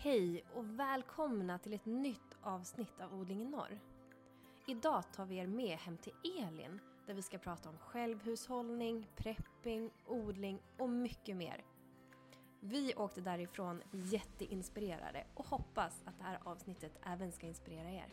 Hej och välkomna till ett nytt avsnitt av Odling i norr. Idag tar vi er med hem till Elin där vi ska prata om självhushållning, prepping, odling och mycket mer. Vi åkte därifrån jätteinspirerade och hoppas att det här avsnittet även ska inspirera er.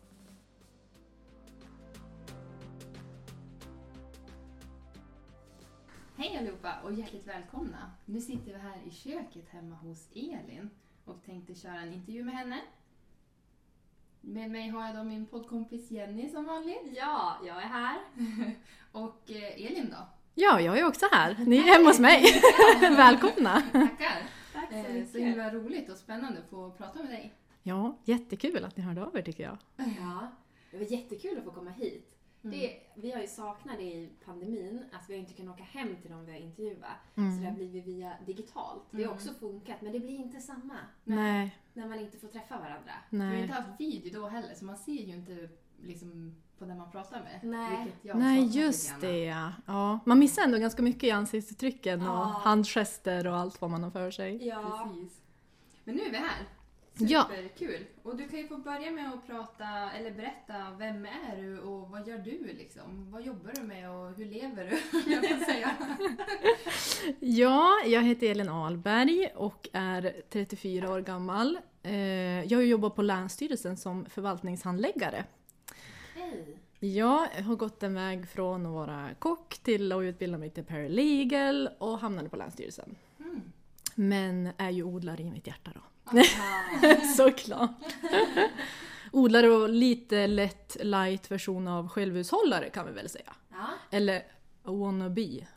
Hej allihopa och hjärtligt välkomna. Nu sitter vi här i köket hemma hos Elin och tänkte köra en intervju med henne. Med mig har jag då min poddkompis Jenny som vanligt. Ja, jag är här. Och Elin då? Ja, jag är också här. Ni är hemma hos mig. Välkomna. Tackar. Tack så mycket. Så himla roligt och spännande att få prata med dig. Ja, jättekul att ni hörde av er tycker jag. Ja, det var jättekul att få komma hit. Vi har ju saknat det i pandemin, att vi har inte kunnat åka hem till dem vi har intervjuat. Så det har blivit via digitalt. Det har också funkat, men det blir inte samma. Nej. När man inte får träffa varandra. Vi har Nej. inte haft video då heller så man ser ju inte liksom på den man pratar med. Nej. Vilket jag Nej, saknar just lite grann. det ja. Ja. Man missar ändå ganska mycket i ansiktsuttrycken och Ja. handgester och allt vad man har för sig. Ja, Precis. Men nu är vi här. Ja. Superkul. Och du kan ju få börja med att prata eller berätta, vem är du och vad gör du liksom? Vad jobbar du med och hur lever du? Jag får säga. Ja, jag heter Elin Ahlberg och är 34 år gammal. Jag jobbar på Länsstyrelsen som förvaltningshandläggare. hej. Jag har gått en väg från att vara kock till att utbilda mig till paralegal och hamnade på Länsstyrelsen. Men är ju odlare i mitt hjärta då. Såklart. Odlare och lite lätt light version av självhushållare kan vi väl säga. Ja. Eller wannabe. Ja,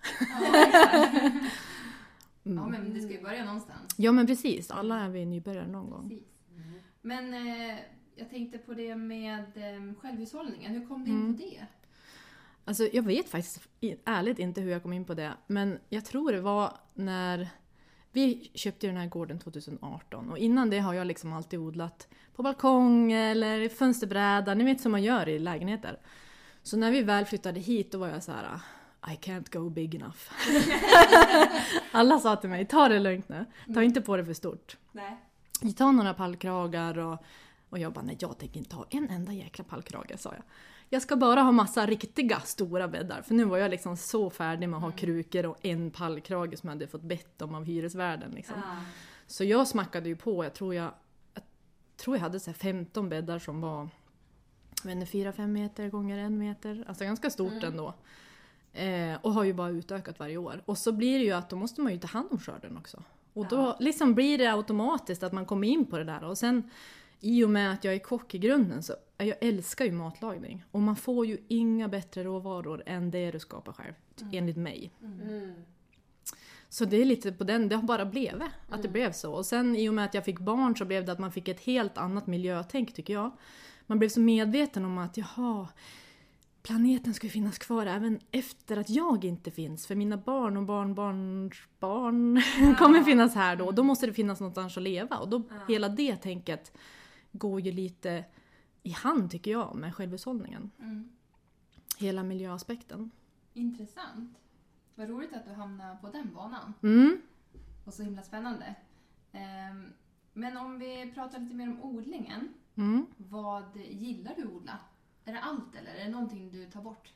men det ska ju börja någonstans. Ja men precis, alla är vi nybörjare någon gång. Precis. Men jag tänkte på det med självhushållningen. Hur kom du in på det? Alltså jag vet faktiskt ärligt inte hur jag kom in på det. Men jag tror det var när vi köpte den här gården 2018. Och innan det har jag liksom alltid odlat på balkong eller i fönsterbräda. Ni vet som man gör i lägenheter. Så när vi väl flyttade hit då var jag så här: I can't go big enough. Alla sa till mig, ta det lugnt nu. Ta inte på det för stort. Nej. Vi tar några pallkragar och jag bara, nej jag tänker inte ha en enda jäkla pallkrage, sa jag. Jag ska bara ha massa riktiga stora bäddar. För nu var jag liksom så färdig med att ha krukor och en pallkrage som jag hade fått bett om av hyresvärden. Liksom. Så jag smackade ju på, jag tror jag hade så här 15 bäddar som var 4-5 meter gånger 1 meter. Alltså ganska stort ändå. Och har ju bara utökat varje år. Och så blir det ju att då måste man ju ta hand om skörden också. Och då liksom blir det automatiskt att man kommer in på det där. Och sen i och med att jag är kock i grunden så jag älskar ju matlagning. Och man får ju inga bättre råvaror än det du skapar själv. Enligt mig. Så det är lite på den, det har bara blivit att det blev så. Och sen i och med att jag fick barn så blev det att man fick ett helt annat miljötänk tycker jag. Man blev så medveten om att planeten ska ju finnas kvar även efter att jag inte finns. För mina barn och barn kommer finnas här då. Då måste det finnas någonstans att leva. Och då hela det tänket går ju lite i hand tycker jag med självhushållningen. Hela miljöaspekten. Intressant. Vad roligt att du hamnar på den banan. Och så himla spännande. Men om vi pratar lite mer om odlingen. Vad gillar du odla? Är det allt eller är det någonting du tar bort?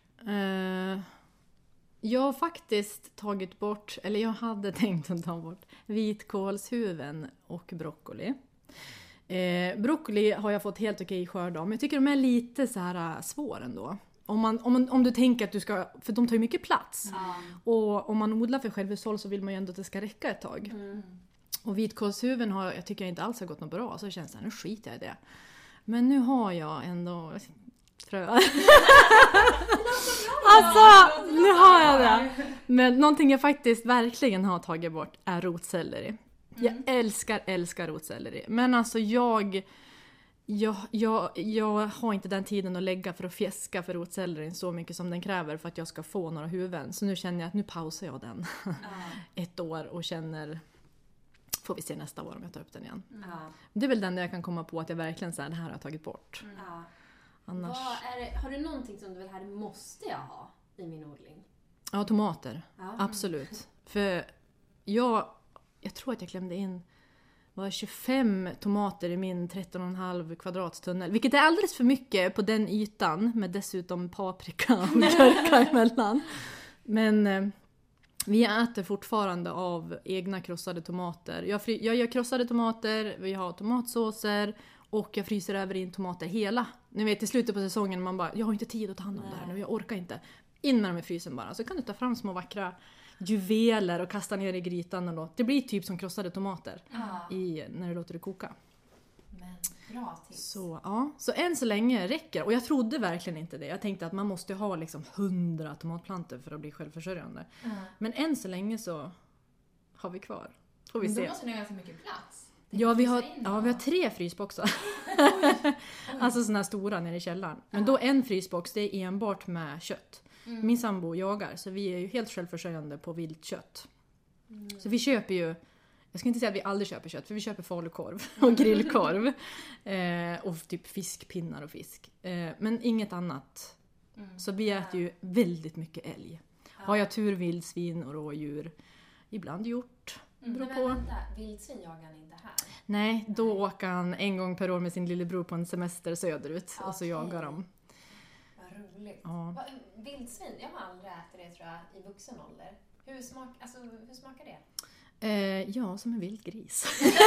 Jag har faktiskt tagit bort, eller jag hade tänkt att ta bort vitkålshuven och broccoli. Broccoli har jag fått helt okej skörd av, men jag tycker de är lite så här svår ändå. Om du tänker att du ska, för de tar ju mycket plats. Och om man odlar för självhushåll så vill man ju ändå att det ska räcka ett tag. Och vitkålshuven jag tycker jag inte alls har gått något bra, så det känns nu skiter jag i det. Men nu har jag ändå frö. Alltså, nu har jag det. Men någonting jag faktiskt verkligen har tagit bort är rotselleri. Jag älskar rotselleri. Men alltså jag har inte den tiden att lägga för att fjäska för rotsellerin så mycket som den kräver för att jag ska få några huvuden. Så nu känner jag att nu pausar jag den ett år och känner, får vi se nästa år om jag tar upp den igen. Det är väl den där jag kan komma på att jag verkligen säger det här har jag tagit bort. Annars... Har du någonting som du vill här måste jag ha i min odling? Ja, tomater. Absolut. För jag tror att jag klämde in var 25 tomater i min 13,5 kvadratstunnel. Vilket är alldeles för mycket på den ytan med dessutom paprika och gurka emellan. Men vi äter fortfarande av egna krossade tomater. Jag gör krossade tomater, vi har tomatsåser och jag fryser över in tomater hela. Ni vet i slutet på säsongen man bara, jag har inte tid att ta hand om det här nu, jag orkar inte. In med dem i frysen bara. Så kan du ta fram små vackra juveler och kasta ner i grytan. Och det blir typ som krossade tomater när du låter det koka. Men bra tips. Så än så länge räcker. Och jag trodde verkligen inte det. Jag tänkte att man måste ha liksom 100 tomatplantor för att bli självförsörjande. Men än så länge så har vi kvar. Får vi se. Då måste ni ha ganska mycket plats. Ja, vi har 3 frysboxar. Alltså såna här stora nere i källaren. Men då en frysbox, det är enbart med kött. Min sambo jagar, så vi är ju helt självförsörjande på viltkött. Så vi köper ju, jag ska inte säga att vi aldrig köper kött, för vi köper falukorv och grillkorv. Och typ fiskpinnar och fisk. Men inget annat. Så vi äter ju väldigt mycket älg. Har jag tur vildsvin och rådjur. Ibland hjort. Men vänta, vildsvin jagar han inte här? Nej, då åker han en gång per år med sin lillebror på en semester söderut. Och så jagar de. Vad roligt. Ja. Vildsvin, jag har aldrig ätit det tror jag i vuxen ålder. Hur smakar det? Ja, som en vild gris.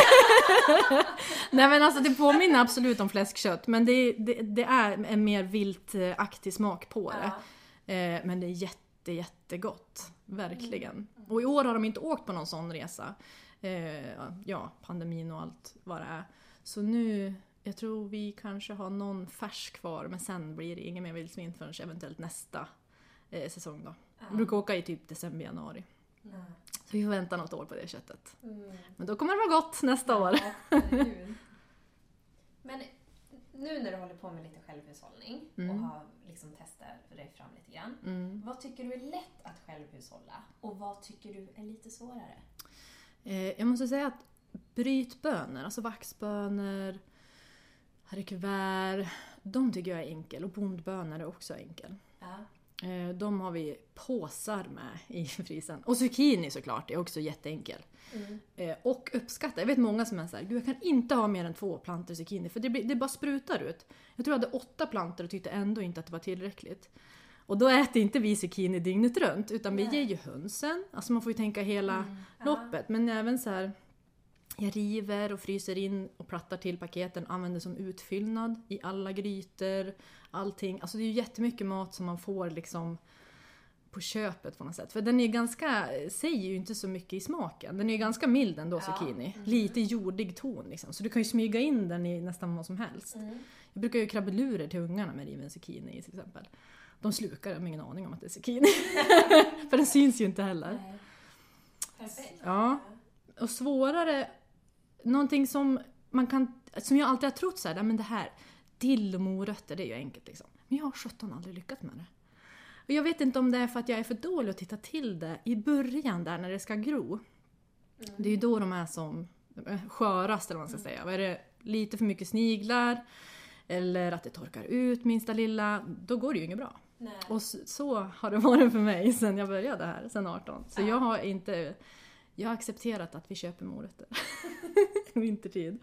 Nej men alltså det påminner absolut om fläskkött. Men det är en mer viltaktig smak på det. Men det är jättegott. Verkligen. Och i år har de inte åkt på någon sån resa. Pandemin och allt vad det är. Så nu, jag tror vi kanske har någon färs kvar. Men sen blir det ingen mer vildsvin förrän eventuellt nästa säsong då. Vi brukar åka i typ december, januari. Så vi får vänta något år på det köttet. Men då kommer det vara gott nästa år. Men nu när du håller på med lite självhushållning och har liksom testat dig fram lite grann. Vad tycker du är lätt att självhushålla? Och vad tycker du är lite svårare? Jag måste säga att brytbönor, alltså vaxbönor, haricots, de tycker jag är enkel. Och bondbönor är också enkel. De har vi påsar med i frysen. Och zucchini såklart är också jätteenkel. Och uppskatta. Jag vet många som är så här, gud jag kan inte ha mer än 2 plantor zucchini. För det bara sprutar ut. Jag tror jag hade 8 plantor och tyckte ändå inte att det var tillräckligt. Och då äter inte vi zucchini dygnet runt. Utan vi ger ju hönsen. Alltså man får ju tänka hela loppet. Men även så här, jag river och fryser in och plattar till paketen. Använder som utfyllnad i alla grytor. Allting. Alltså det är ju jättemycket mat som man får liksom på köpet på något sätt. För den är ganska, säger ju inte så mycket i smaken. Den är ju ganska mild ändå, zucchini. Lite jordig ton liksom. Så du kan ju smyga in den i nästan vad som helst. Jag brukar ju krabbelurer till ungarna med riven zucchini till exempel. De slukar, jag har ingen aning om att det är zucchini. För den syns ju inte heller. Perfekt. Ja. Och svårare, någonting som man kan, som jag alltid har trott så här, men det här dill och morötter, det är ju enkelt liksom. Men jag har 17 aldrig lyckats med det. Och jag vet inte om det är för att jag är för dålig att titta till det i början där när det ska gro. Det är ju då de är som skörast eller vad man ska säga. Är det lite för mycket sniglar eller att det torkar ut minsta lilla, då går det ju inget bra. Nej. Och så har det varit för mig sen jag började här, sen 18. Så jag har accepterat att vi köper morötter. Vintertid.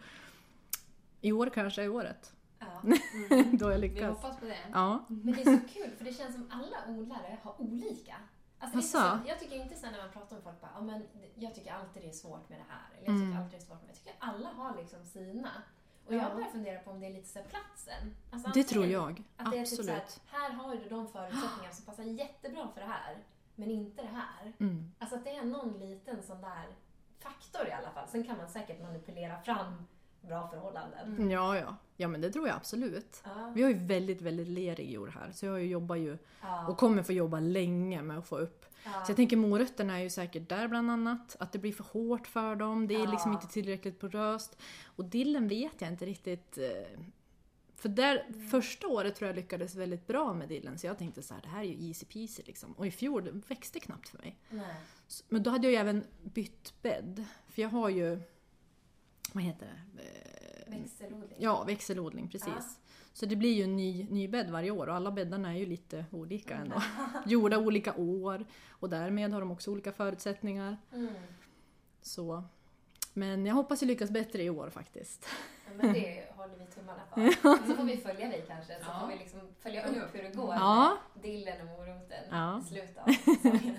I år kanske är året. Då jag lyckas. Vi hoppas på det. Ja. Men det är så kul för det känns som alla odlare har olika. Alltså, det är så, jag tycker inte så när man pratar med folk bara, men jag tycker alltid det är svårt med det här. Eller jag tycker alltid det är svårt med det. Jag tycker alla har liksom sina. Och jag börjar fundera på om det är lite så här platsen. Alltså, det tror jag. Att det är absolut. typ så här har du de förutsättningar som passar jättebra för det här. Men inte det här. Alltså att det är någon liten sån där faktor i alla fall. Sen kan man säkert manipulera fram bra förhållanden. Ja, men det tror jag absolut. Vi har ju väldigt, väldigt lerig jord här. Så jag jobbar ju och kommer få jobba länge med att få upp. Så jag tänker morötterna är ju säkert där bland annat. Att det blir för hårt för dem. Det är liksom inte tillräckligt poröst. Och dillen vet jag inte riktigt. För där, första året tror jag lyckades väldigt bra med dillen. Så jag tänkte så här, det här är ju easy peasy liksom. Och i fjol det växte knappt för mig. Nej. Men då hade jag ju även bytt bädd. För jag har ju, vad heter det? Växelodling. Ja, växelodling, precis. Så det blir ju en ny bädd varje år. Och alla bäddarna är ju lite olika ändå. Gjorda olika år. Och därmed har de också olika förutsättningar. Så Men jag hoppas jag lyckas bättre i år faktiskt. Ja, men det håller vi tummarna för. Så får vi följa dig kanske. Så får vi liksom följa upp hur det går med dillen och moroten i slutet av säsongen.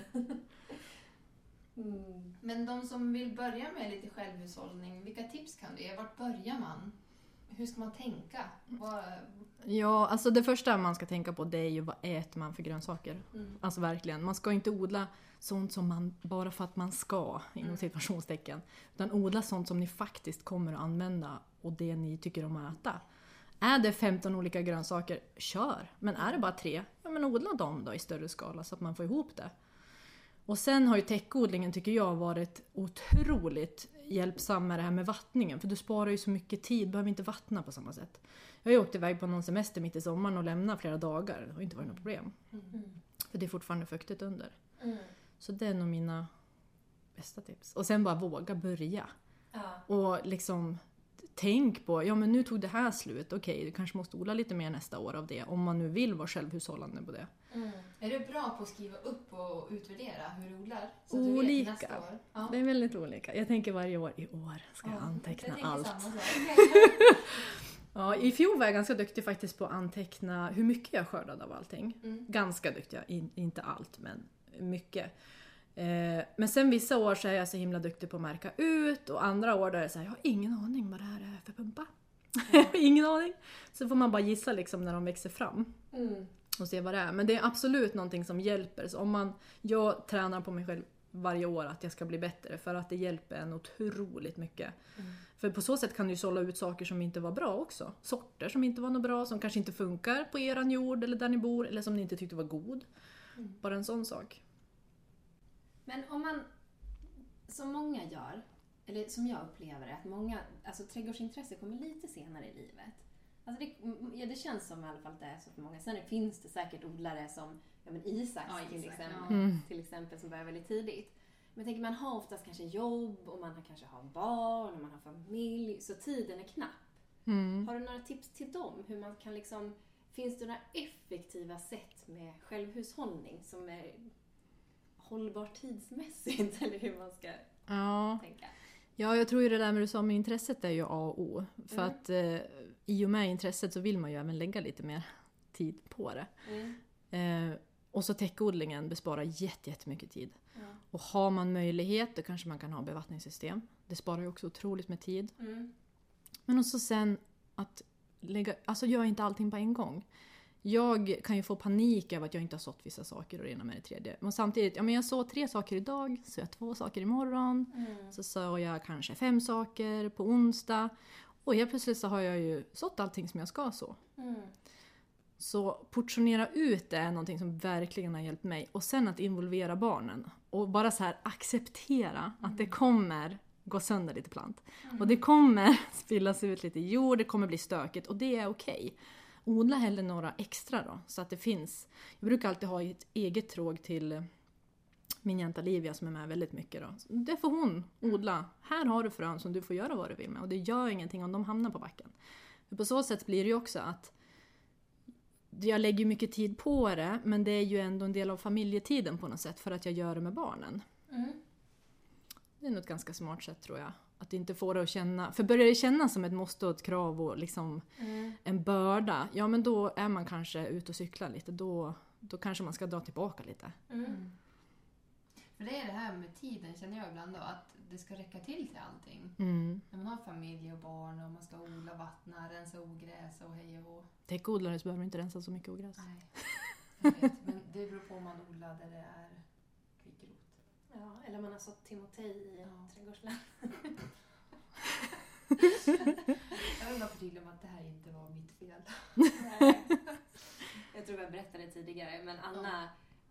Men de som vill börja med lite självhushållning, vilka tips kan du ge? Vart börjar man? Hur ska man tänka? Ja, alltså det första man ska tänka på det är ju vad äter man för grönsaker. Alltså verkligen. Man ska inte odla sånt som man bara för att man ska, inom situationstecken. Utan odla sånt som ni faktiskt kommer att använda och det ni tycker om att äta. Är det 15 olika grönsaker, kör. Men är det bara 3, ja men odla dem då i större skala så att man får ihop det. Och sen har ju täckodlingen tycker jag varit otroligt hjälpsam med det här med vattningen. För du sparar ju så mycket tid, behöver inte vattna på samma sätt. Jag har ju åkt iväg på någon semester mitt i sommaren och lämnat flera dagar. Det har inte varit något problem. För det är fortfarande fuktigt under. Så det är nog mina bästa tips. Och sen bara våga börja. Och liksom tänk på, ja men nu tog det här slut. Okej, du kanske måste odla lite mer nästa år av det. Om man nu vill vara självhushållande på det. Är du bra på att skriva upp och utvärdera hur du odlar? Så olika. Att du vet nästa år? Ja. Det är väldigt olika. Jag tänker varje år, i år ska jag anteckna allt. Ja, i fjol var jag ganska duktig faktiskt på att anteckna hur mycket jag skördade av allting. Ganska duktig, inte allt men mycket. Men sen vissa år så är jag så himla duktig på att märka ut och andra år där är det så här, jag har ingen aning vad det här är för pumpa. Ingen aning. Så får man bara gissa liksom när de växer fram. Och se vad det är. Men det är absolut någonting som hjälper. Så jag tränar på mig själv varje år att jag ska bli bättre. För att det hjälper en otroligt mycket. För på så sätt kan du ju sålla ut saker som inte var bra också. Sorter som inte var något bra. Som kanske inte funkar på eran jord eller där ni bor. Eller som ni inte tyckte var god. Bara en sån sak. Men om man, som många gör, eller som jag upplever det, att många, alltså trädgårdsintresse kommer lite senare i livet. Alltså det känns som i alla fall att det är så för många. Sen finns det säkert odlare som Isak till exempel som börjar väldigt tidigt. Men jag tänker man har oftast kanske jobb och man kanske har barn och man har familj. Så tiden är knapp. Har du några tips till dem? Hur man kan liksom, finns det några effektiva sätt med självhushållning som är hållbart tidsmässigt? Eller hur man ska tänka? Ja, jag tror ju det där med du sa med intresset är ju A och O. För att i och med intresset så vill man ju även lägga lite mer tid på det. Och så täckodlingen besparar jättemycket tid. Och har man möjlighet då kanske man kan ha bevattningssystem. Det sparar ju också otroligt med tid. Men också sen att gör inte allting på en gång. Jag kan ju få panik över att jag inte har sått vissa saker och det ena med det tredje. Men samtidigt, jag såg 3 saker idag, så jag 2 saker imorgon. Så sa jag kanske 5 saker på onsdag. Och helt plötsligt så har jag ju sått allting som jag ska så. Så portionera ut det är någonting som verkligen har hjälpt mig. Och sen att involvera barnen. Och bara så här acceptera att det kommer gå sönder lite plant. Och det kommer spillas ut lite jord, det kommer bli stökigt och det är okej. Odla hellre några extra då, så att det finns. Jag brukar alltid ha ett eget tråg till min jänta Livia som är med väldigt mycket då. Det får hon odla. Här har du frön som du får göra vad du vill med. Och det gör ingenting om de hamnar på backen. För på så sätt blir det ju också att jag lägger mycket tid på det, men det är ju ändå en del av familjetiden på något sätt för att jag gör det med barnen. Det är nog ett ganska smart sätt tror jag. Att inte få det att känna, för börjar det kännas som ett måste och ett krav och liksom en börda, ja men då är man kanske ute och cyklar lite, då kanske man ska dra tillbaka lite. För det är det här med tiden känner jag ibland då, att det ska räcka till allting. När man har familj och barn och man ska odla, vattna, rensa ogräs och hej och hå. Täckodlare så behöver man inte rensa så mycket ogräs. Nej, jag vet, men det beror på om man odlar där det är kvikrot. Ja, eller man har sått timotej i trädgårdsland. Jag vill bara förtydliga om att det här inte var mitt fel. Jag tror jag berättade tidigare, men Anna,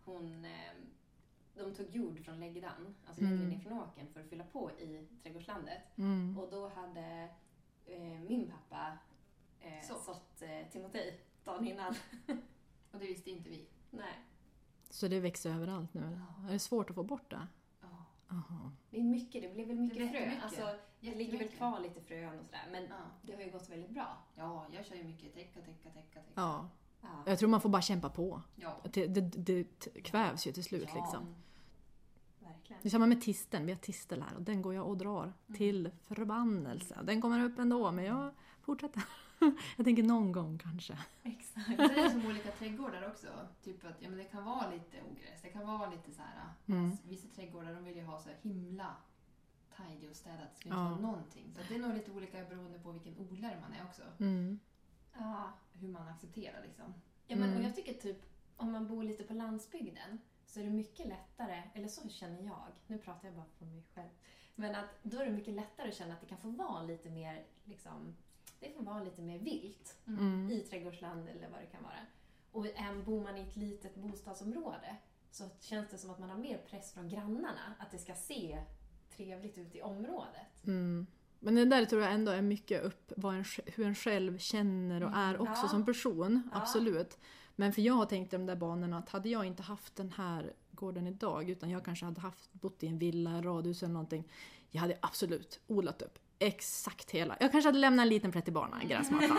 de tog jord från läggan, alltså längre ner från åken för att fylla på i trädgårdslandet. Och då hade min pappa sått timotej dagen innan. Och det visste inte vi. Nej. Så det växer överallt nu? Är det svårt att få bort det? Aha. Det är mycket, det blev väl mycket frö. Mycket. Alltså, det ligger väl kvar lite frön och sådär. Men det har ju gått väldigt bra. Ja, jag kör ju mycket täcka. Ja. Jag tror man får bara kämpa på. Ja. Det kvävs ju till slut liksom. Verkligen. Det är samma med tisten, vi har tistel här och den går jag och drar till förbannelse. Den kommer upp ändå, men jag fortsätter. Jag tänker någon gång kanske. Exakt. Så det är som olika trädgårdar också. Typ att men det kan vara lite ogräs, det kan vara lite så här. Vissa trädgårdar de vill ju ha så här himla tidy och städat. Det ska inte vara någonting. Så det är nog lite olika beroende på vilken odlare man är också. Ja. Hur man accepterar liksom. Ja, men och jag tycker typ om man bor lite på landsbygden så är det mycket lättare, eller så känner jag, nu pratar jag bara för mig själv, men att då är det mycket lättare att känna att det kan få vara lite mer liksom, det får vara lite mer vilt i trädgårdsland eller vad det kan vara. Och bor man i ett litet bostadsområde så känns det som att man har mer press från grannarna att det ska se trevligt ut i området. Men det där tror jag ändå är mycket upp hur en själv känner och är också som person. Absolut. Men för jag har tänkt de där banorna att hade jag inte haft den här gården idag utan jag kanske hade bott i en villa, radhus eller någonting. Jag hade absolut odlat upp exakt hela. Jag kanske hade lämnat en liten plätt i barna, en gräsmatta.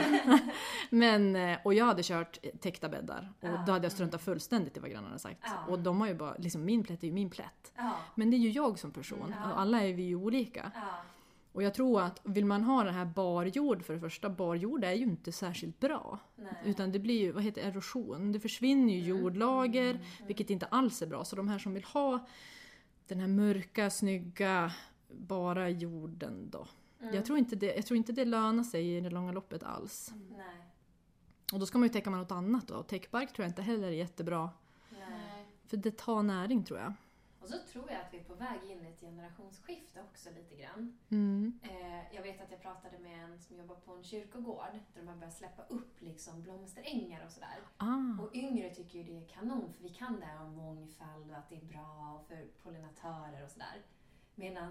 Och jag hade kört täckta bäddar. Och då hade jag struntat fullständigt i vad grannarna sagt. Och de har ju bara, liksom min plätt är ju min plätt. Men det är ju jag som person. Och alla är vi ju olika. Och jag tror att vill man ha den här barjord, för det första, barjord är ju inte särskilt bra. Nej. Utan det blir ju, erosion. Det försvinner ju jordlager, vilket inte alls är bra. Så de här som vill ha den här mörka, snygga, bara jorden då. Jag tror inte det lönar sig i det långa loppet alls. Nej. Och då ska man ju täcka med något annat då. Och täckbark tror jag inte heller är jättebra. Nej. För det tar näring tror jag. Och så tror jag att vi är på väg in i ett generationsskifte också lite grann. Jag vet att jag pratade med en som jobbar på en kyrkogård där de har börjat släppa upp liksom blomsterängar och sådär. Och yngre tycker ju det är kanon för vi kan det här om mångfald och att det är bra för pollinatörer och sådär. Medan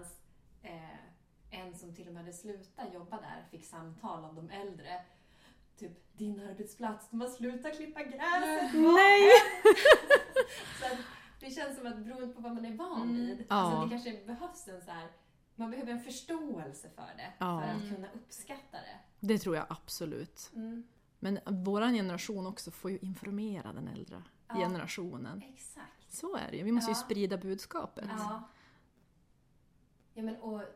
en som till och med hade slutat jobba där fick samtal av de äldre. Typ, din arbetsplats, de har slutat klippa gräset. Nej! Så att det känns som att beroende på vad man är van vid. Alltså det kanske behövs en så här, man behöver en förståelse för det. För att kunna uppskatta det. Det tror jag absolut. Men våran generation också får ju informera den äldre generationen. Exakt. Så är det ju. Vi måste ju sprida budskapet. Ja, men och...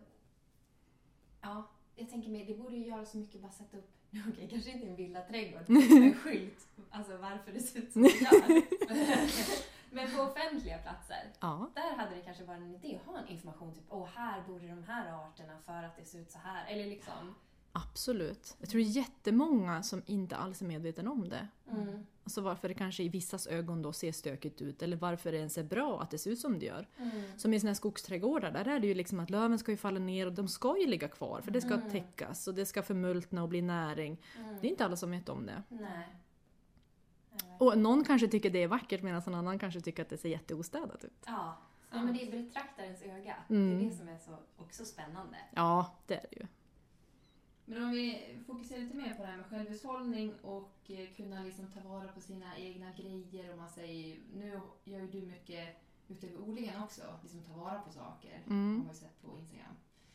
Ja, jag tänker mig, det borde ju göra så mycket bara sätta upp... Okej, kanske inte en villaträdgård, men en skylt. Alltså varför det ser ut som det gör. Men på offentliga platser, där hade det kanske varit en idé att ha en information. Typ, här bor de här arterna för att det ser ut så här. Eller liksom... Absolut. Jag tror det är jättemånga som inte alls är medvetna om det. Alltså varför det kanske i vissas ögon då ser stökigt ut. Eller varför det ens är bra att det ser ut som det gör. Som i såna här skogsträdgårdar, där är det ju liksom att löven ska ju falla ner och de ska ju ligga kvar. För det ska täckas och det ska förmultna och bli näring. Det är inte alla som vet om det. Nej. Och någon kanske tycker det är vackert medan en annan kanske tycker att det ser jätteostädat ut. Ja, men det är betraktarens öga. Det är det som är så också spännande. Ja, det är det ju. Men om vi fokuserar lite mer på det här med självhushållning och kunna liksom ta vara på sina egna grejer. Och man säger, nu gör ju du mycket utöver odlingen också, liksom ta vara på saker. Har man ju sett på Instagram.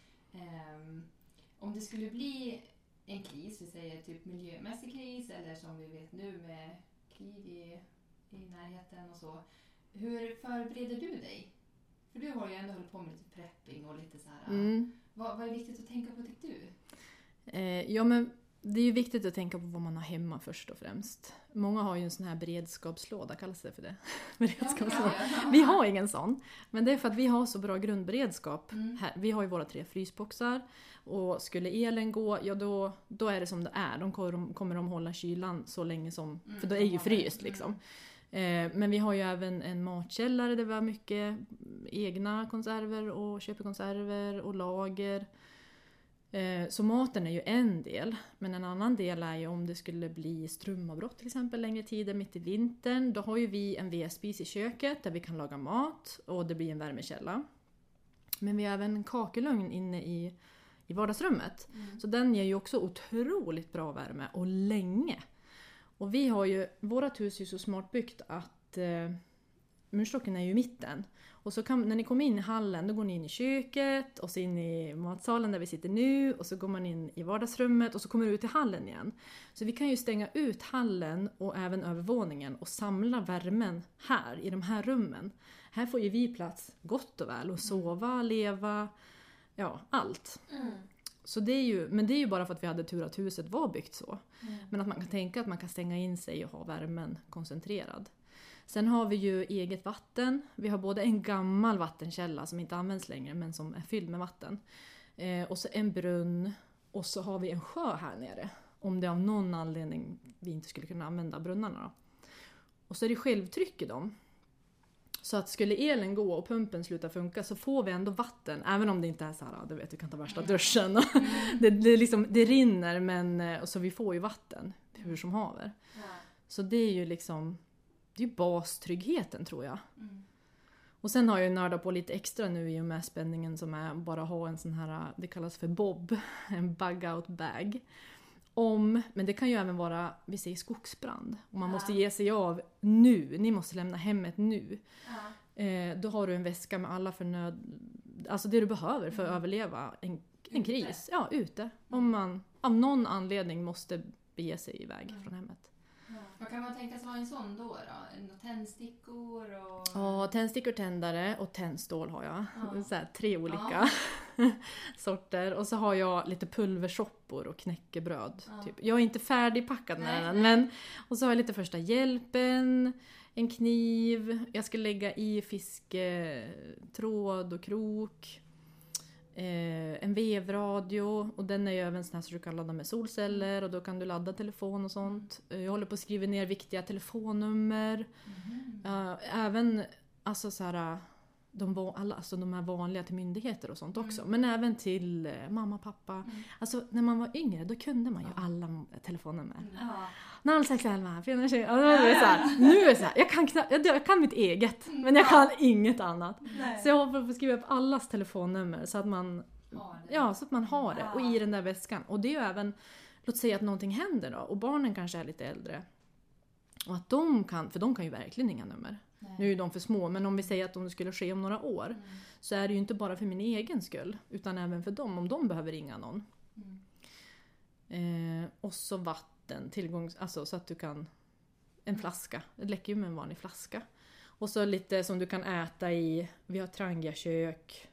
Om det skulle bli en kris, vi säger typ miljömässig kris eller som vi vet nu med krig i närheten och så. Hur förbereder du dig? För du har ju ändå hållit på med lite prepping och lite så här. Vad är viktigt att tänka på, tycker du? Ja, men det är ju viktigt att tänka på vad man har hemma först och främst. Många har ju en sån här beredskapslåda, kallas det för det? Beredskapslåda. Vi har ingen sån, men det är för att vi har så bra grundberedskap här. Vi har ju våra 3 frysboxar och skulle elen gå, ja då är det som det är. De kommer de hålla kylan så länge som, för då är ju fryst liksom. Men vi har ju även en matkällare där vi har mycket egna konserver och köpekonserver och lager. Så maten är ju en del, men en annan del är ju om det skulle bli strömavbrott till exempel längre tider mitt i vintern. Då har ju vi en vedspis i köket där vi kan laga mat och det blir en värmekälla. Men vi har även en kakelugn inne i vardagsrummet. Så den ger ju också otroligt bra värme och länge. Och vi har ju, vårat hus är ju så smart byggt att murstocken är ju i mitten. Och så när ni kommer in i hallen, då går ni in i köket och så in i matsalen där vi sitter nu. Och så går man in i vardagsrummet och så kommer du ut i hallen igen. Så vi kan ju stänga ut hallen och även övervåningen och samla värmen här, i de här rummen. Här får ju vi plats gott och väl och sova, leva, ja allt. Så det är ju bara för att vi hade tur att huset var byggt så. Men att man kan tänka att man kan stänga in sig och ha värmen koncentrerad. Sen har vi ju eget vatten. Vi har både en gammal vattenkälla som inte används längre men som är fylld med vatten. Och så en brunn. Och så har vi en sjö här nere. Om det av någon anledning vi inte skulle kunna använda brunnarna då. Och så är det självtryck i dem. Så att skulle elen gå och pumpen sluta funka så får vi ändå vatten. Även om det inte är så här, du vet, du kan ta värsta duschen. Det rinner men och så vi får ju vatten hur som haver. Så det är ju liksom, det är ju bastryggheten tror jag. Och sen har jag ju nördat på lite extra nu i och med spänningen som är bara ha en sån här, det kallas för bob, en bug out bag. Men det kan ju även vara, vi säger skogsbrand. Och man måste ge sig av nu, ni måste lämna hemmet nu. Då har du en väska med alla alltså det du behöver för att överleva en kris. Ja, ute. Om man av någon anledning måste bege sig iväg från hemmet. Vad kan man tänka sig vara en sån då? Tändstickor och... Ja, tändstickor, tändare och tändstål har jag. Så här, 3 olika sorter. Och så har jag lite pulversoppor och knäckebröd. Typ. Jag är inte färdigpackad med den. Men, och så har jag lite första hjälpen, en kniv. Jag ska lägga i fisketråd och krok. En vevradio och den är ju även sån här så du kan ladda med solceller och då kan du ladda telefon och sånt. Jag håller på att skriva ner viktiga telefonnummer. Även alltså så här, de här vanliga till myndigheter och sånt också. Men även till mamma, pappa. Alltså när man var yngre då kunde man ju alla telefonnummer. 0611 420. Alltså, nu är det så här, jag kan mitt eget men jag kan inget annat. Så jag håller på att skriva upp allas telefonnummer så att man har det och i den där väskan. Och det är ju även, låt säga att någonting händer då och barnen kanske är lite äldre. Och att för de kan ju verkligen inga nummer. Nu är de för små, men om vi säger att om det skulle ske om några år så är det ju inte bara för min egen skull utan även för dem om de behöver ringa någon. Och så vatten, alltså så att du kan en flaska, det läcker ju med en vanlig flaska. Och så lite som du kan äta i, vi har trangiakök.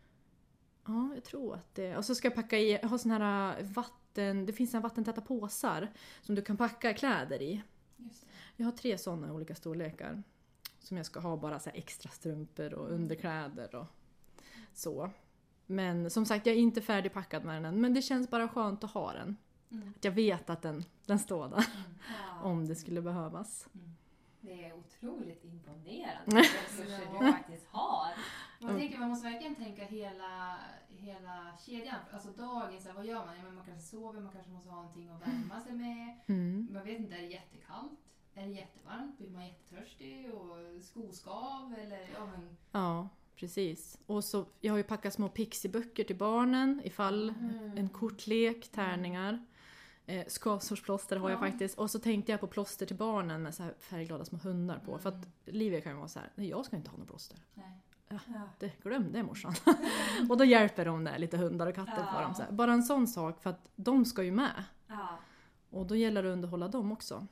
Ja, jag tror att det. Och så ska jag packa i, jag har sån här vatten, det finns såna vattentäta påsar som du kan packa kläder i. Just det. Jag har 3 sådana olika storlekar. Som jag ska ha bara så här extra strumpor och underkläder och så. Men som sagt, jag är inte färdigpackad med den än. Men det känns bara skönt att ha den. Att jag vet att den står där. Om det skulle behövas. Det är otroligt imponerande resurser du faktiskt har. Man måste verkligen tänka hela kedjan. Alltså dagen, så här, vad gör man? Ja, men man kanske sover, man kanske måste ha någonting att värma sig med. Man vet inte, är det jättekallt? Är det jättevarmt? Blir man jättetörstig? Och skoskav? Eller, ja, precis. Och så, jag har ju packat små pixiböcker till barnen. Ifall en kortlek, tärningar. Skavsårsplåster har jag faktiskt. Och så tänkte jag på plåster till barnen med så här färgglada små hundar på. För att Livia kan ju vara så här, nej jag ska inte ha några plåster. Nej. Glöm det morsan. Och då hjälper de där lite hundar och katter på dem. Så här. Bara en sån sak för att de ska ju med. Och då gäller det att underhålla dem också.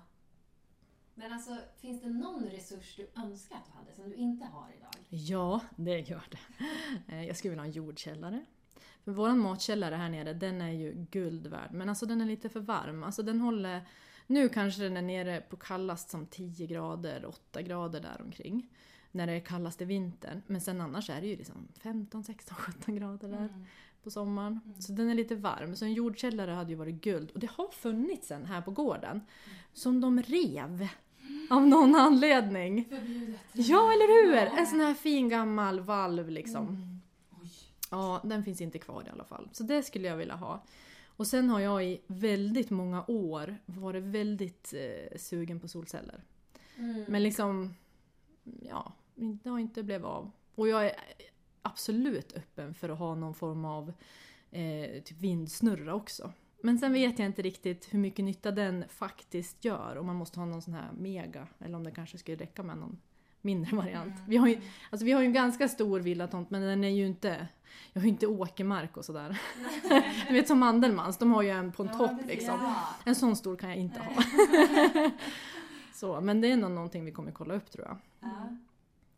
Men alltså, finns det någon resurs du önskar att du hade som du inte har idag? Ja, det gör det. Jag skulle vilja ha en jordkällare. För våran matkällare här nere, den är ju guld värd. Men alltså den är lite för varm. Alltså den håller, nu kanske den är nere på kallast som 10 grader, 8 grader där omkring. När det är kallast i vintern. Men sen annars är det ju liksom 15, 16, 17 grader där på sommaren. Så den är lite varm. Så en jordkällare hade ju varit guld. Och det har funnits en här på gården. Som de rev. Av någon anledning. förbjudet. Ja, eller hur? En sån här fin gammal valv liksom. Ja, den finns inte kvar i alla fall. Så det skulle jag vilja ha. Och sen har jag i väldigt många år varit väldigt sugen på solceller. Men liksom, ja, det har inte blivit av. Och jag är absolut öppen för att ha någon form av typ vindsnurra också. Men sen vet jag inte riktigt hur mycket nytta den faktiskt gör. Om man måste ha någon sån här mega. Eller om det kanske skulle räcka med någon mindre variant. Vi har ju en ganska stor villatomt. Men den är ju inte... Jag har ju inte åkermark och sådär. Du vet som Mandelmans. De har ju en på en topp liksom. Ja. En sån stor kan jag inte ha. Så, men det är nog någonting vi kommer kolla upp tror jag.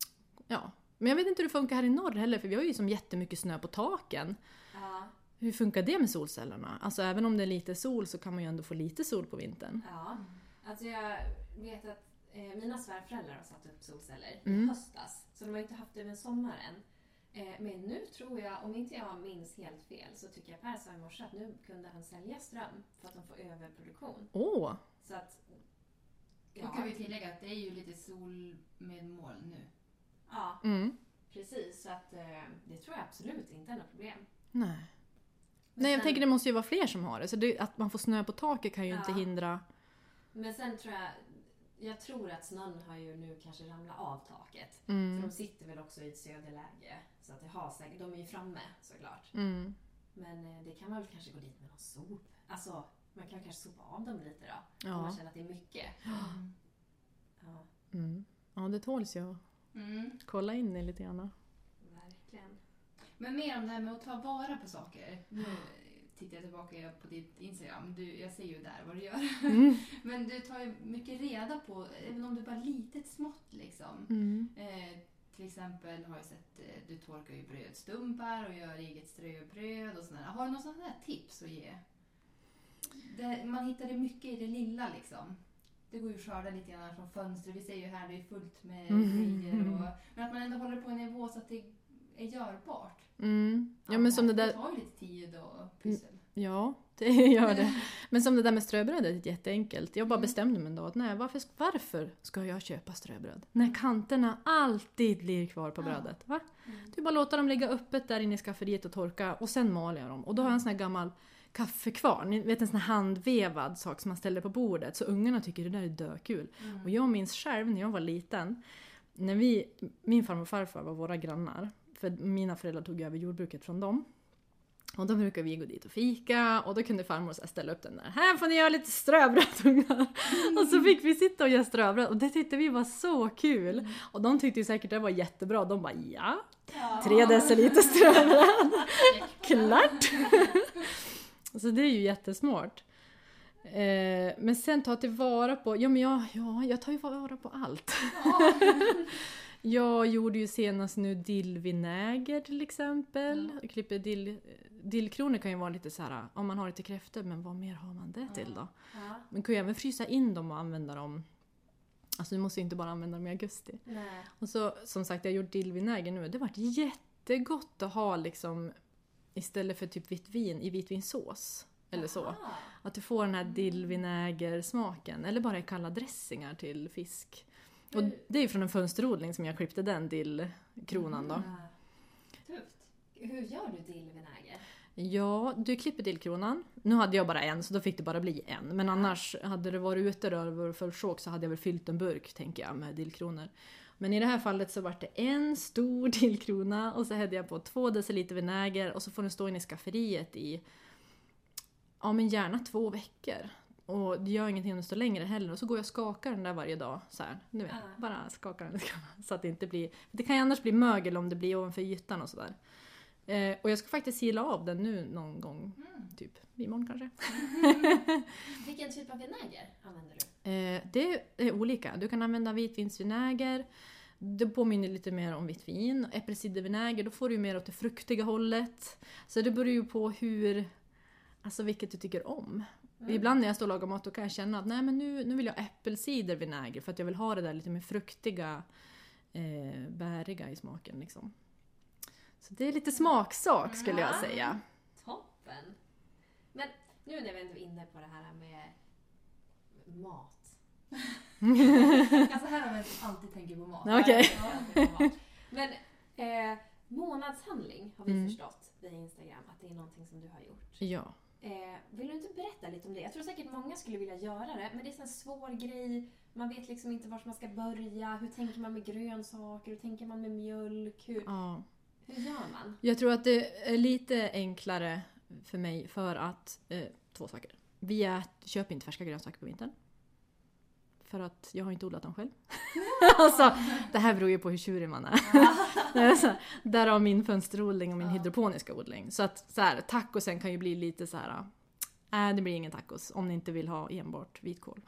Ja. Men jag vet inte hur det funkar här i norr heller, för vi har ju som jättemycket snö på taken. Ja. Hur funkar det med solcellerna? Alltså även om det är lite sol så kan man ju ändå få lite sol på vintern. Ja. Alltså jag vet att mina svärföräldrar har satt upp solceller i höstas. Så de har inte haft det över sommaren. Men nu tror jag, om inte jag minns helt fel, så tycker jag Per sa i morse att nu kunde han sälja ström för att de får överproduktion. Åh! Så att... Då kan vi tillägga att det är ju lite sol med moln nu. Ja, precis. Så att det tror jag absolut inte är något problem. Nej. Nej, jag tänker det måste ju vara fler som har det. Så det, att man får snö på taket kan ju inte hindra... Men sen tror jag tror att snön har ju nu kanske ramlat av taket. För de sitter väl också i ett söderläge. Så att det har säkert, de är ju framme såklart. Men det kan man väl kanske gå dit med någon sop. Alltså, man kan kanske sopa av dem lite då. Om man känner att det är mycket. Ja, det tåls ju. Kolla in det lite grann. Verkligen. Men mer om det här med att ta vara på saker. Nu tittar jag tillbaka på ditt Instagram. Jag ser ju där vad du gör. Men du tar ju mycket reda på, även om det bara litet smått liksom. Till exempel har jag sett, du torkar ju brödstumpar och gör eget ströbröd och sådär. Har du några sådana här tips att ge? Man hittar det mycket i det lilla liksom. Det går ju att skörda lite grann från fönstret. Vi ser ju här, det är fullt med grejer. Men att man ändå håller på en nivå så att det är görbart. Ja, men som det där... Det tar ju lite tid och pussel. Ja, det gör det. Men som det där med ströbrödet är jätteenkelt. Jag bara bestämde mig en dag att nej, varför ska jag köpa ströbröd? När kanterna alltid blir kvar på brödet. Va? Du bara låter dem ligga öppet där inne i skafferiet och torka och sen maler jag dem. Och då har jag en sån här gammal kaffekvarn. Ni vet, en sån här handvevad sak som man ställer på bordet. Så ungarna tycker det där är dökul. Och jag minns själv när jag var liten. När min farmor och farfar var våra grannar. För mina föräldrar tog över jordbruket från dem. Och då brukade vi gå dit och fika. Och då kunde farmor så ställa upp den där. Här får ni göra lite ströbröd, ungar. Och så fick vi sitta och göra ströbröd. Och det tyckte vi var så kul. Och de tyckte ju säkert det var jättebra. De bara, ja. 3 deciliter ströbröd. Klart. Så det är ju jättesmart. Men sen ta tillvara på... Ja, men jag tar ju vara på allt. Jag gjorde ju senast nu dillvinäger till exempel. Jag klipper dillkronor kan ju vara lite så här, om man har lite kräftor, men vad mer har man det till då? Man kan ju även frysa in dem och använda dem. Alltså du måste ju inte bara använda dem i augusti. Nej. Och så som sagt, jag har gjort dillvinäger nu. Det har varit jättegott att ha liksom istället för typ vitt vin i vitvinsås. Eller så. Att du får den här dillvinägersmaken. Eller bara i kalla dressingar till fisk. Och det är ju från en fönsterodling som jag klippte den dillkronan då. Tufft. Hur gör du dillvinäger? Ja, du klipper dillkronan. Nu hade jag bara en, så då fick det bara bli en. Men annars, hade det varit ute och full sjåk så hade jag väl fyllt en burk, tänker jag, med dillkronor. Men i det här fallet så var det en stor dillkrona och så hade jag på 2 deciliter vinäger och så får den stå inne i skafferiet i, ja men gärna 2 veckor. Och det gör ingenting om det står längre heller. Och så går jag och skakar den där varje dag. Så här, du vet, bara skakar den. Så att det inte blir... Det kan ju annars bli mögel om det blir ovanför ytan och sådär. Och jag ska faktiskt sila av den nu någon gång. Typ imorgon kanske. Vilken typ av vinäger använder du? Det är olika. Du kan använda vitvinsvinäger. Det påminner lite mer om vitt vin. Äppelcidervinäger, då får du mer åt det fruktiga hållet. Så det beror ju på alltså vilket du tycker om. Ibland när jag står och lagar mat då kan jag känna att nej, men nu vill jag äppelcidervinäger för att jag vill ha det där lite mer fruktiga, bäriga i smaken liksom. Så det är lite smaksak skulle jag säga. Toppen! Men nu när vi ändå är inne på det här med mat. Alltså här har vi alltid tänker på mat. Okej. Men månadshandling har vi förstått via Instagram att det är någonting som du har gjort. Ja. Vill du inte berätta lite om det? Jag tror säkert många skulle vilja göra det, men det är en sån svår grej. Man vet liksom inte var man ska börja. Hur tänker man med grönsaker? Hur tänker man med mjölk? Hur gör man? Jag tror att det är lite enklare för mig för att 2 saker. Vi köper inte färska grönsaker på vintern. För att jag har inte odlat dem själv. Alltså, det här beror ju på hur tjurig man är. Därav min fönsterodling och min hydroponiska odling. Så att så här, tacosen kan ju bli lite så här det blir ingen tacos om ni inte vill ha enbart vitkål.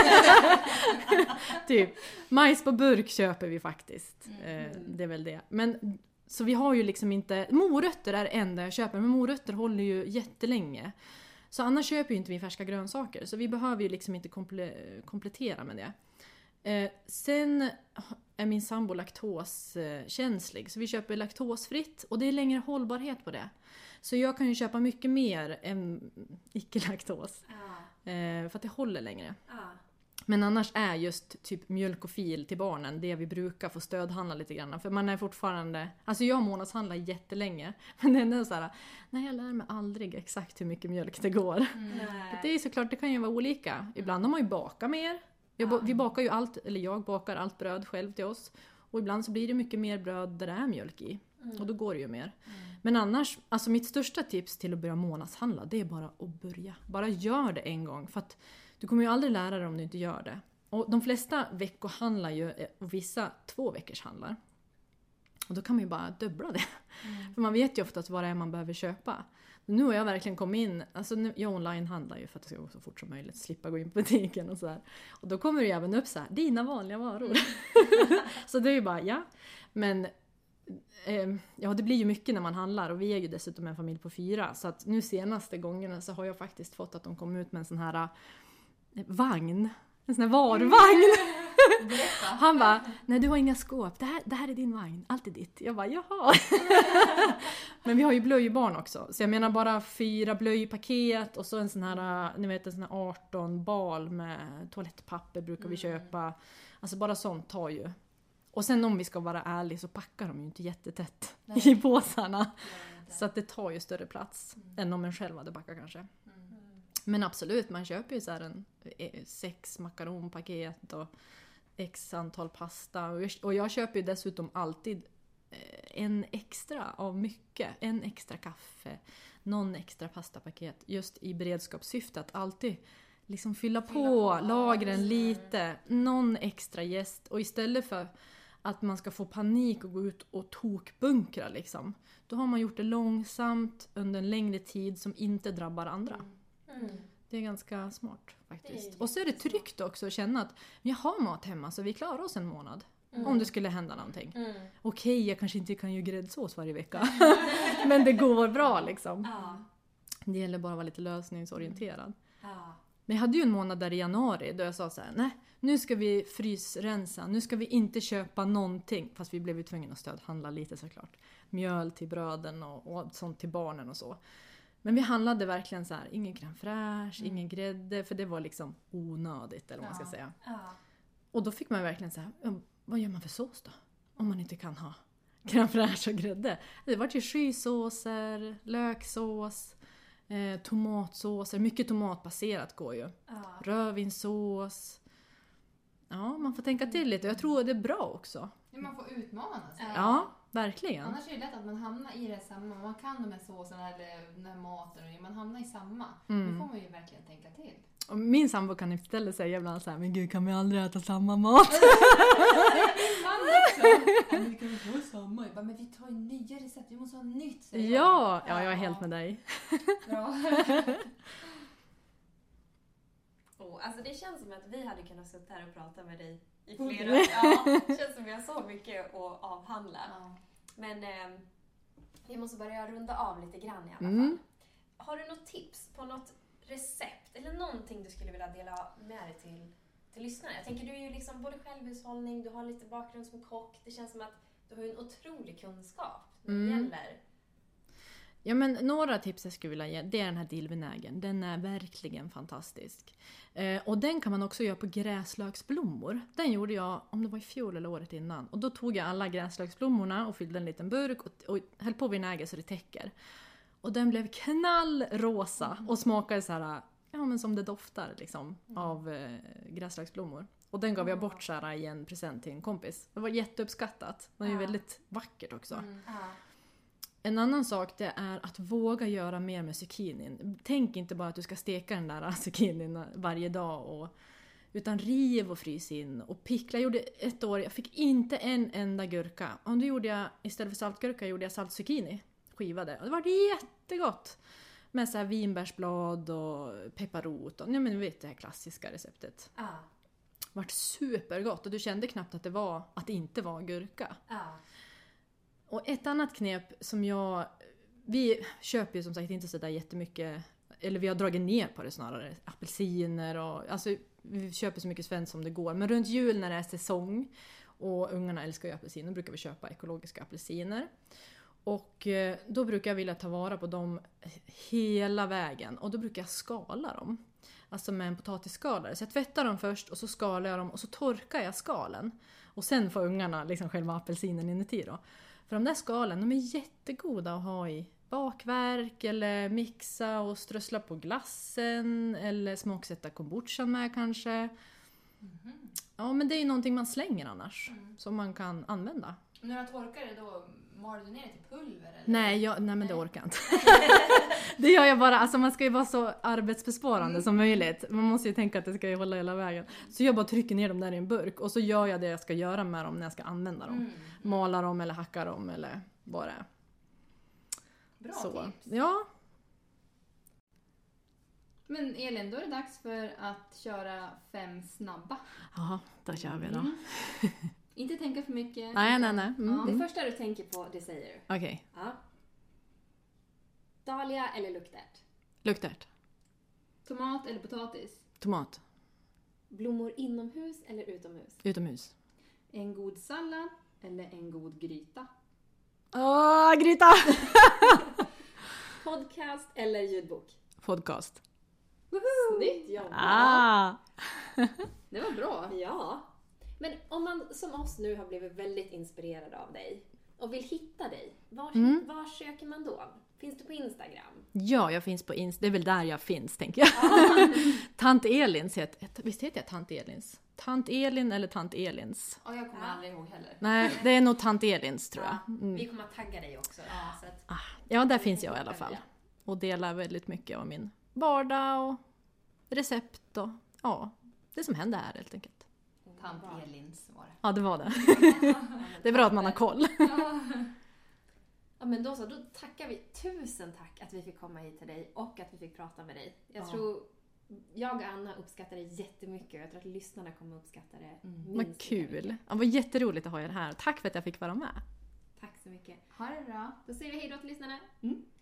Typ, majs på burk köper vi faktiskt. Det är väl det. Men, så vi har ju liksom inte... Morötter är det enda jag köper, men morötter håller ju jättelänge. Så annars köper ju inte vi färska grönsaker. Så vi behöver ju liksom inte komplettera med det. Sen är min sambo laktoskänslig. Så vi köper laktosfritt. Och det är längre hållbarhet på det. Så jag kan ju köpa mycket mer än icke-laktos. För att det håller längre. Men annars är just typ mjölk och fil till barnen det vi brukar få stödhandla lite grann. För man är fortfarande... Alltså jag månadshandlar jättelänge. Men det är ändå så här... Nej, jag lär mig aldrig exakt hur mycket mjölk det går. Det är såklart, det kan ju vara olika. Ibland har man ju bakat mer. Vi bakar ju allt, eller jag bakar allt bröd själv till oss. Och ibland så blir det mycket mer bröd där det är mjölk i. Och då går det ju mer. Men annars, alltså mitt största tips till att börja månadshandla, det är bara att börja. Bara gör det en gång. För att du kommer ju aldrig lära dig om du inte gör det. Och de flesta veckohandlar ju, och vissa 2 veckors handlar. Och då kan man ju bara dubbla det. För man vet ju oftast vad det är man behöver köpa. Nu har jag verkligen kommit in, alltså jag online-handlar ju för att det ska gå så fort som möjligt, slippa gå in på butiken och sådär. Och då kommer det ju även upp så här, dina vanliga varor. Så det är ju bara, ja. Men ja, det blir ju mycket när man handlar och vi är ju dessutom en familj på 4. Så att nu senaste gångerna så har jag faktiskt fått att de kom ut med en sån här vagn. En sån här varvagn. Han bara, nej du har inga skåp, det här är din vagn, allt är ditt. Jag bara, jaha. Men vi har ju blöjbarn också. Så jag menar bara 4 blöjpaket och så en sån här, ni vet en sån här 18 bal med toalettpapper brukar vi köpa. Alltså bara sånt tar ju. Och sen om vi ska vara ärliga så packar de ju inte jättetätt i påsarna. Så att det tar ju större plats än om en själv hade packat kanske. Men absolut, man köper ju så här 6 makaronpaket och x antal pasta. Och jag köper ju dessutom alltid en extra av mycket. En extra kaffe, någon extra pastapaket. Just i beredskapssyfte att alltid liksom fylla på lagren lite. Någon extra gäst. Och istället för att man ska få panik och gå ut och tokbunkra liksom. Då har man gjort det långsamt under en längre tid som inte drabbar andra. Det är ganska smart faktiskt. Och så är det tryggt också att känna att jag har mat hemma så vi klarar oss en månad. Om det skulle hända någonting. Okej, jag kanske inte kan göra gräddsås varje vecka. Men det går bra liksom. Det gäller bara att vara lite lösningsorienterad. Men jag hade ju en månad där i januari då jag sa så här: nej, nu ska vi frysrensa. Nu ska vi inte köpa någonting. Fast vi blev ju tvungna att stödhandla lite såklart. Mjöl till bröden och sånt till barnen och så. Men vi handlade verkligen så här, ingen crème fraîche, ingen grädde, för det var liksom onödigt eller vad man ska säga. Och då fick man verkligen så här, vad gör man för sås då? Om man inte kan ha crème fraîche och grädde. Det var ju skysåser, löksås, tomatsåser, mycket tomatbaserat går ju. Rödvinssås. Ja, man får tänka till lite. Jag tror det är bra också. Man får utmana sig. Ja, verkligen. Annars är det lätt att man hamnar i det samma. Man kan de här såserna eller den här maten och man hamnar i samma. Nu får man ju verkligen tänka till. Och min sambo kan istället säga ibland så här: men gud, kan vi aldrig äta samma mat? Min man också. Men vi kan inte ha samma. Jag bara, men vi tar ju nya recept. Vi måste ha nytt. Ja, jag är helt med dig. Bra. Alltså det känns som att vi hade kunnat sitta här och prata med dig i flera år. Ja, det känns som att vi har så mycket att avhandla. Men vi måste börja runda av lite grann i alla fall. Har du något tips på något recept eller någonting du skulle vilja dela med dig till lyssnarna? Jag tänker, du är ju liksom både självhushållning, du har lite bakgrund som kock. Det känns som att du har en otrolig kunskap när det gäller. Ja, men några tips jag skulle vilja ge, det är den här dillvinägen. Den är verkligen fantastisk. Och den kan man också göra på gräslöksblommor. Den gjorde jag, om det var i fjol eller året innan. Och då tog jag alla gräslöksblommorna och fyllde en liten burk och höll på vinäger så det täcker. Och den blev knallrosa och smakade så här, ja men som det doftar liksom av gräslöksblommor. Och den gav jag bort så här i en present till en kompis. Det var jätteuppskattat. Det är ju väldigt vackert också. En annan sak, det är att våga göra mer med zucchinin. Tänk inte bara att du ska steka den där zucchinin varje dag. Utan riv och frys in. Och pickla. Jag gjorde ett år, jag fick inte en enda gurka. Och då gjorde jag, istället för saltgurka, gjorde jag saltzucchini. Skivade. Och det var jättegott. Med så här vinbärsblad och pepparrot och nej, men vet det här klassiska receptet. Vart supergott och du kände knappt att det inte var gurka. Och ett annat knep som vi köper ju som sagt inte så där jättemycket, eller vi har dragit ner på det snarare, apelsiner och alltså vi köper så mycket svenskt som det går. Men runt jul när det är säsong och ungarna älskar ju apelsiner, brukar vi köpa ekologiska apelsiner. Och då brukar jag vilja ta vara på dem hela vägen. Och då brukar jag skala dem. Alltså med en potatisskalare. Så jag tvättar dem först och så skalar jag dem och så torkar jag skalen. Och sen får ungarna liksom själva apelsinen inuti då. För de där skalen, de är jättegoda att ha i bakverk eller mixa och strössla på glassen. Eller smaksätta kombuchan med kanske. Ja, men det är ju någonting man slänger annars. Som man kan använda. När du torkar det då, mal du ner det till pulver? Eller? Nej, men det orkar jag inte. Det gör jag bara, alltså man ska ju vara så arbetsbesparande som möjligt. Man måste ju tänka att det ska ju hålla hela vägen. Så jag bara trycker ner dem där i en burk och så gör jag det jag ska göra med dem när jag ska använda dem. Mala dem eller hacka dem eller vad det är. Bra så. tips. Ja. Men Elin, då är det dags för att köra 5 snabba. Ja, då kör vi då. Inte tänka för mycket. Nej. Det första du tänker på, det säger du. Okej. Ja. Dahlia eller luktärt? Luktärt. Tomat eller potatis? Tomat. Blommor inomhus eller utomhus? Utomhus. En god sallad eller en god gryta? Gryta! Podcast eller ljudbok? Podcast. Snyggt jobbat! Det var bra. Ja. Men om man som oss nu har blivit väldigt inspirerad av dig och vill hitta dig, var söker man då? Finns du på Instagram? Ja, jag finns på Instagram. Det är väl där jag finns, tänker jag. Tant Elins visst heter jag Tant Elins? Tant Elin eller Tant Elins? Ja, jag kommer aldrig ihåg heller. Nej, det är nog Tant Elins tror jag. Vi kommer att tagga dig också. Så att Ja, där finns jag i alla fall. Och delar väldigt mycket av min vardag och recept och det som händer här helt enkelt. Tant Elins var det. Ja, det var det. Det är bra att man har koll. Ja, men då tackar vi. Tusen tack att vi fick komma hit till dig och att vi fick prata med dig. Jag och Anna uppskattar det jättemycket och jag tror att lyssnarna kommer uppskatta det minst. Vad kul. Det var jätteroligt att ha er här. Tack för att jag fick vara med. Tack så mycket. Ha det bra. Då säger vi hej då till lyssnarna.